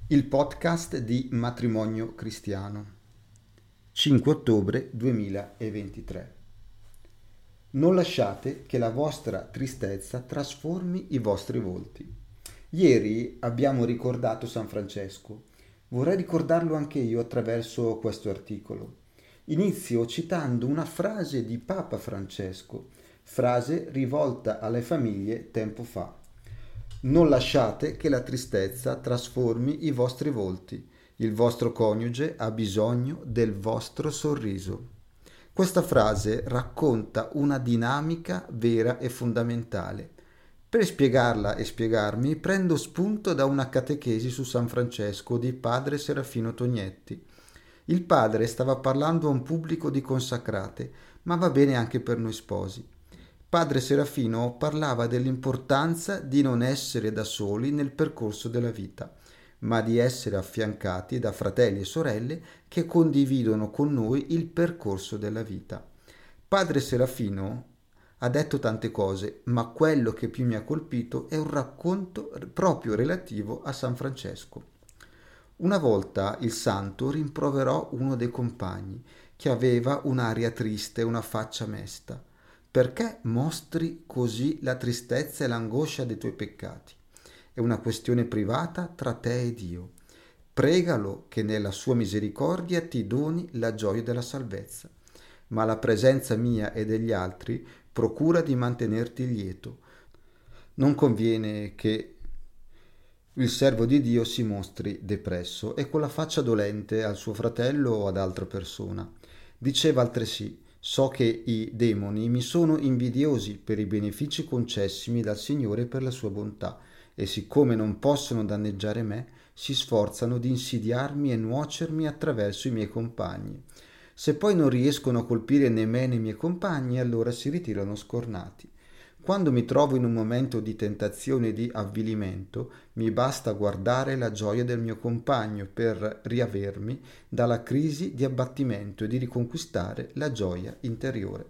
Il podcast di Matrimonio Cristiano, 5 ottobre 2023. Non lasciate che la vostra tristezza trasformi i vostri volti. Ieri abbiamo ricordato San Francesco. Vorrei ricordarlo anche io attraverso questo articolo. Inizio citando una frase di Papa Francesco, frase rivolta alle famiglie tempo fa. Non lasciate che la tristezza trasformi i vostri volti. Il vostro coniuge ha bisogno del vostro sorriso. Questa frase racconta una dinamica vera e fondamentale. Per spiegarla e spiegarmi, prendo spunto da una catechesi su San Francesco di padre Serafino Tognetti. Il padre stava parlando a un pubblico di consacrate, ma va bene anche per noi sposi. Padre Serafino parlava dell'importanza di non essere da soli nel percorso della vita, ma di essere affiancati da fratelli e sorelle che condividono con noi il percorso della vita. Padre Serafino ha detto tante cose, ma quello che più mi ha colpito è un racconto proprio relativo a San Francesco. Una volta il santo rimproverò uno dei compagni, che aveva un'aria triste e una faccia mesta. Perché mostri così la tristezza e l'angoscia dei tuoi peccati? È una questione privata tra te e Dio. Pregalo che nella sua misericordia ti doni la gioia della salvezza. Ma la presenza mia e degli altri procura di mantenerti lieto. Non conviene che il servo di Dio si mostri depresso e con la faccia dolente al suo fratello o ad altra persona. Diceva altresì: so che i demoni mi sono invidiosi per i benefici concessimi dal Signore per la sua bontà, e siccome non possono danneggiare me, si sforzano di insidiarmi e nuocermi attraverso i miei compagni. Se poi non riescono a colpire né me né i miei compagni, allora si ritirano scornati. Quando mi trovo in un momento di tentazione e di avvilimento, mi basta guardare la gioia del mio compagno per riavermi dalla crisi di abbattimento e di riconquistare la gioia interiore.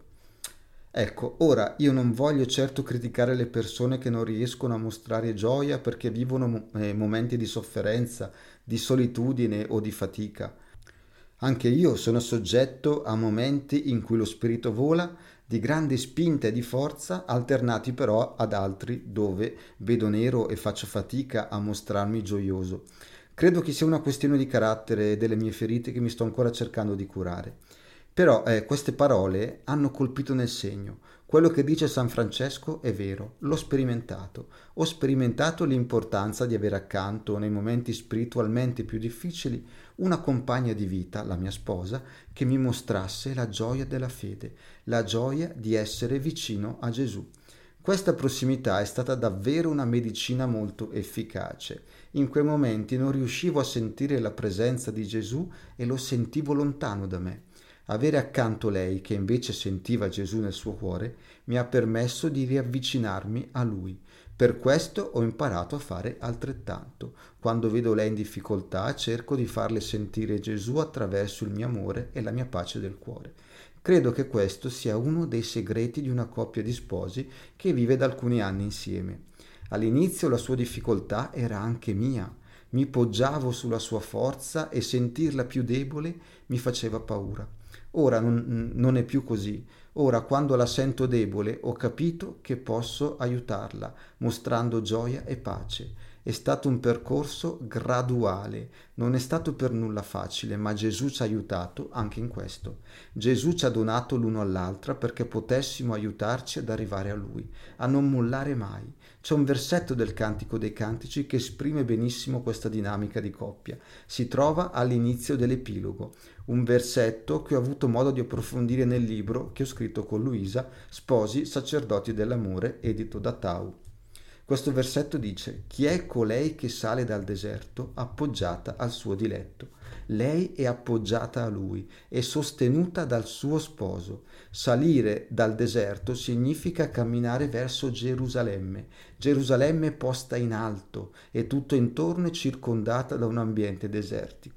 Ecco, ora io non voglio certo criticare le persone che non riescono a mostrare gioia perché vivono momenti di sofferenza, di solitudine o di fatica. Anche io sono soggetto a momenti in cui lo spirito vola di grande spinta e di forza, alternati però ad altri dove vedo nero e faccio fatica a mostrarmi gioioso. Credo che sia una questione di carattere e delle mie ferite che mi sto ancora cercando di curare. Però queste parole hanno colpito nel segno. Quello che dice San Francesco è vero, l'ho sperimentato. Ho sperimentato l'importanza di avere accanto, nei momenti spiritualmente più difficili, una compagna di vita, la mia sposa, che mi mostrasse la gioia della fede, la gioia di essere vicino a Gesù. Questa prossimità è stata davvero una medicina molto efficace. In quei momenti non riuscivo a sentire la presenza di Gesù e lo sentivo lontano da me. Avere accanto lei, che invece sentiva Gesù nel suo cuore, mi ha permesso di riavvicinarmi a Lui. Per questo ho imparato a fare altrettanto. Quando vedo lei in difficoltà, cerco di farle sentire Gesù attraverso il mio amore e la mia pace del cuore. Credo che questo sia uno dei segreti di una coppia di sposi che vive da alcuni anni insieme. All'inizio la sua difficoltà era anche mia. Mi poggiavo sulla sua forza e sentirla più debole mi faceva paura. Ora non è più così. Ora, quando la sento debole, ho capito che posso aiutarla, mostrando gioia e pace. È stato un percorso graduale, non è stato per nulla facile, ma Gesù ci ha aiutato anche in questo. Gesù ci ha donato l'uno all'altra perché potessimo aiutarci ad arrivare a Lui, a non mollare mai. C'è un versetto del Cantico dei Cantici che esprime benissimo questa dinamica di coppia. Si trova all'inizio dell'epilogo, un versetto che ho avuto modo di approfondire nel libro che ho scritto con Luisa, Sposi, sacerdoti dell'amore, edito da Tau. Questo versetto dice: chi è colei che sale dal deserto appoggiata al suo diletto? Lei è appoggiata a lui e sostenuta dal suo sposo. Salire dal deserto significa camminare verso Gerusalemme. Gerusalemme posta in alto e tutto intorno è circondata da un ambiente desertico.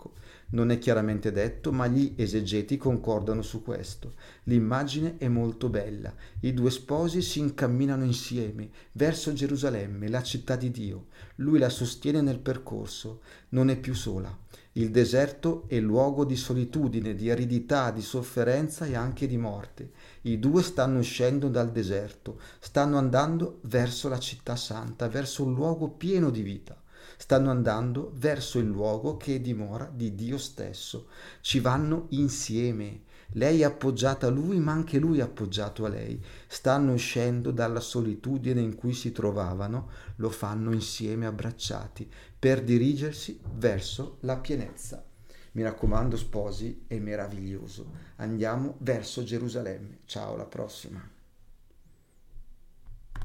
Non è chiaramente detto, ma gli esegeti concordano su questo. L'immagine è molto bella. I due sposi si incamminano insieme verso Gerusalemme, la città di Dio. Lui la sostiene nel percorso. Non è più sola. Il deserto è luogo di solitudine, di aridità, di sofferenza e anche di morte. I due stanno uscendo dal deserto, stanno andando verso la città santa, verso un luogo pieno di vita. Stanno andando verso il luogo che è dimora di Dio stesso. Ci vanno insieme. Lei è appoggiata a lui, ma anche lui è appoggiato a lei. Stanno uscendo dalla solitudine in cui si trovavano, lo fanno insieme abbracciati, per dirigersi verso la pienezza. Mi raccomando, sposi, è meraviglioso. Andiamo verso Gerusalemme. Ciao, alla prossima.